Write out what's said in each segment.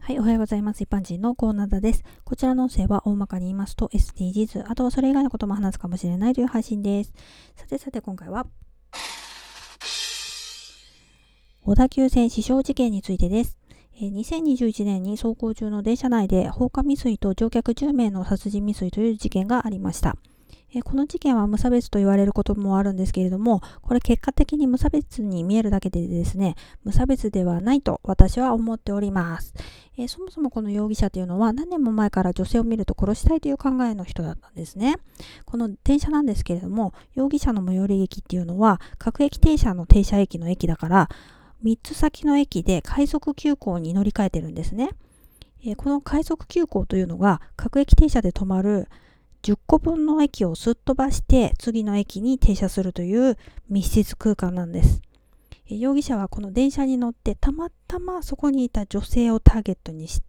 はい、おはようございます。一般人のコーナーです。こちらの音声は大まかに言いますと SDGs、あとはそれ以外のことも話すかもしれないという配信です。さて今回は小田急線死傷事件についてです。2021年に走行中の電車内で放火未遂と乗客10名の殺人未遂という事件がありました。この事件は無差別と言われることもあるんですけれども、これ結果的に無差別に見えるだけでですね、無差別ではないと私は思っております。そもそもこの容疑者というのは何年も前から女性を見ると殺したいという考えの人だったんですね。この電車なんですけれども、容疑者の最寄り駅っていうのは各駅停車の停車駅の駅だから、3つ先の駅で快速急行に乗り換えてるんですね。この快速急行というのが各駅停車で止まる10個分の駅をすっ飛ばして次の駅に停車するという密室空間なんです。容疑者はこの電車に乗ってたまたまそこにいた女性をターゲットにして、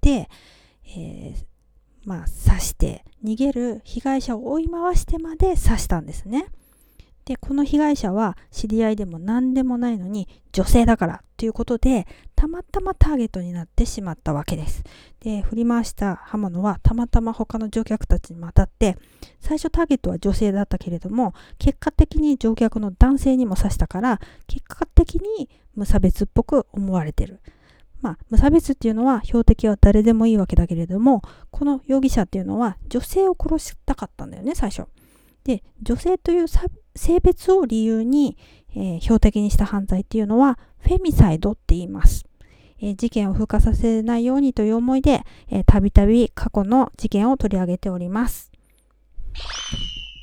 刺して逃げる被害者を追い回してまで刺したんですね。で、この被害者は知り合いでも何でもないのに女性だからということでたまたまターゲットになってしまったわけです。で、振り回した刃物はたまたま他の乗客たちにも当たって最初ターゲットは女性だったけれども結果的に乗客の男性にも刺したから結果的に無差別っぽく思われてる。無差別っていうのは標的は誰でもいいわけだけれどもこの容疑者っていうのは女性を殺したかったんだよね最初。で、女性という性別を理由に、標的にした犯罪っていうのはフェミサイドって言います。事件を風化させないようにという思いでたびたび過去の事件を取り上げております。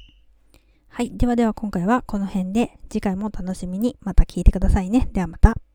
はい、では今回はこの辺で次回もお楽しみにまた聞いてくださいね。ではまた。